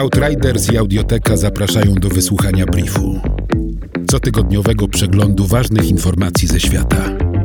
Outriders i Audioteka zapraszają do wysłuchania briefu. Cotygodniowego przeglądu ważnych informacji ze świata.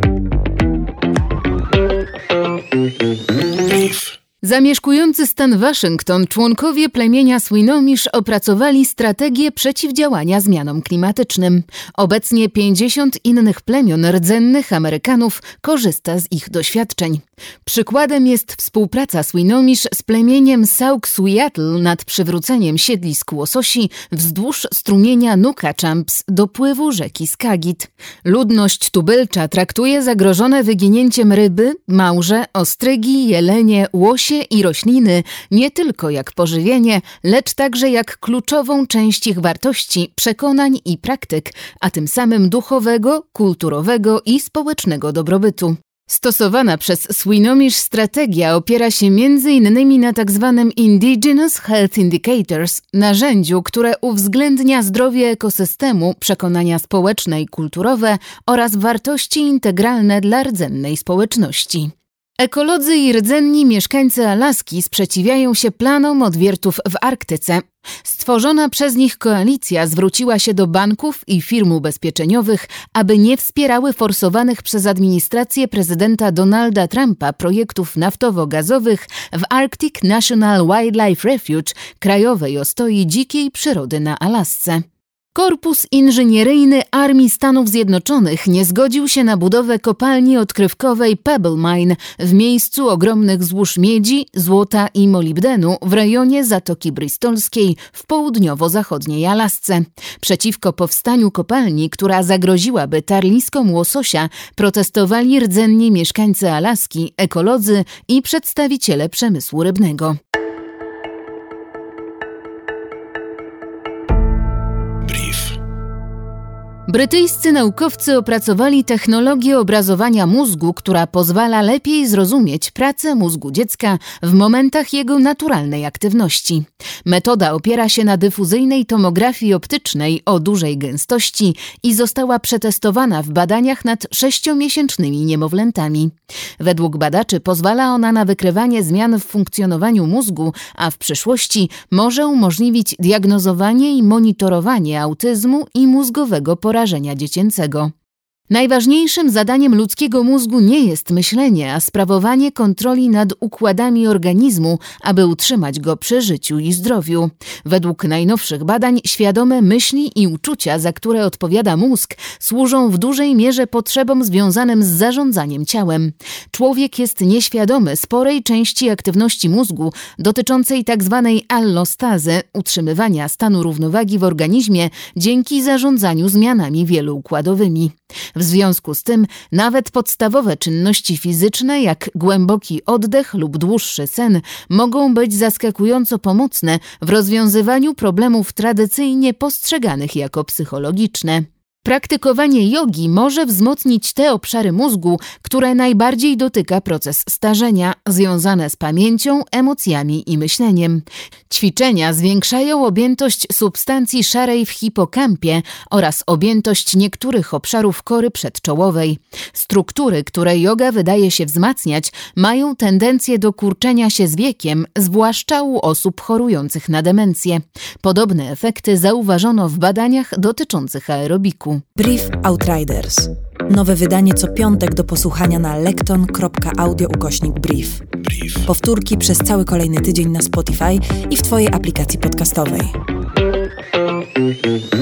Brief. Zamieszkujący stan Waszyngton członkowie plemienia Swinomish opracowali strategię przeciwdziałania zmianom klimatycznym. Obecnie 50 innych plemion rdzennych Amerykanów korzysta z ich doświadczeń. Przykładem jest współpraca Swinomish z plemieniem Sauk-Suiatl nad przywróceniem siedlisk łososi wzdłuż strumienia Nuka-Champs dopływu rzeki Skagit. Ludność tubylcza traktuje zagrożone wyginięciem ryby, małże, ostrygi, jelenie, łosie i rośliny nie tylko jak pożywienie, lecz także jak kluczową część ich wartości, przekonań i praktyk, a tym samym duchowego, kulturowego i społecznego dobrobytu. Stosowana przez Swinomish strategia opiera się m.in. na tzw. Indigenous Health Indicators, narzędziu, które uwzględnia zdrowie ekosystemu, przekonania społeczne i kulturowe oraz wartości integralne dla rdzennej społeczności. Ekolodzy i rdzenni mieszkańcy Alaski sprzeciwiają się planom odwiertów w Arktyce. Stworzona przez nich koalicja zwróciła się do banków i firm ubezpieczeniowych, aby nie wspierały forsowanych przez administrację prezydenta Donalda Trumpa projektów naftowo-gazowych w Arctic National Wildlife Refuge, krajowej ostoi dzikiej przyrody na Alasce. Korpus Inżynieryjny Armii Stanów Zjednoczonych nie zgodził się na budowę kopalni odkrywkowej Pebble Mine w miejscu ogromnych złóż miedzi, złota i molibdenu w rejonie Zatoki Bristolskiej w południowo-zachodniej Alasce. Przeciwko powstaniu kopalni, która zagroziłaby tarliskom łososia, protestowali rdzenni mieszkańcy Alaski, ekolodzy i przedstawiciele przemysłu rybnego. Brytyjscy naukowcy opracowali technologię obrazowania mózgu, która pozwala lepiej zrozumieć pracę mózgu dziecka w momentach jego naturalnej aktywności. Metoda opiera się na dyfuzyjnej tomografii optycznej o dużej gęstości i została przetestowana w badaniach nad 6-miesięcznymi niemowlętami. Według badaczy pozwala ona na wykrywanie zmian w funkcjonowaniu mózgu, a w przyszłości może umożliwić diagnozowanie i monitorowanie autyzmu i mózgowego porażenia dziecięcego. Najważniejszym zadaniem ludzkiego mózgu nie jest myślenie, a sprawowanie kontroli nad układami organizmu, aby utrzymać go przy życiu i zdrowiu. Według najnowszych badań świadome myśli i uczucia, za które odpowiada mózg, służą w dużej mierze potrzebom związanym z zarządzaniem ciałem. Człowiek jest nieświadomy sporej części aktywności mózgu dotyczącej tzw. allostazy, utrzymywania stanu równowagi w organizmie dzięki zarządzaniu zmianami wieloukładowymi. W związku z tym nawet podstawowe czynności fizyczne jak głęboki oddech lub dłuższy sen mogą być zaskakująco pomocne w rozwiązywaniu problemów tradycyjnie postrzeganych jako psychologiczne. Praktykowanie jogi może wzmocnić te obszary mózgu, które najbardziej dotyka proces starzenia, związane z pamięcią, emocjami i myśleniem. Ćwiczenia zwiększają objętość substancji szarej w hipokampie oraz objętość niektórych obszarów kory przedczołowej. Struktury, które joga wydaje się wzmacniać, mają tendencję do kurczenia się z wiekiem, zwłaszcza u osób chorujących na demencję. Podobne efekty zauważono w badaniach dotyczących aerobiku. Brief Outriders. Nowe wydanie co piątek do posłuchania na lekton.audio/brief. Powtórki przez cały kolejny tydzień na Spotify i w Twojej aplikacji podcastowej.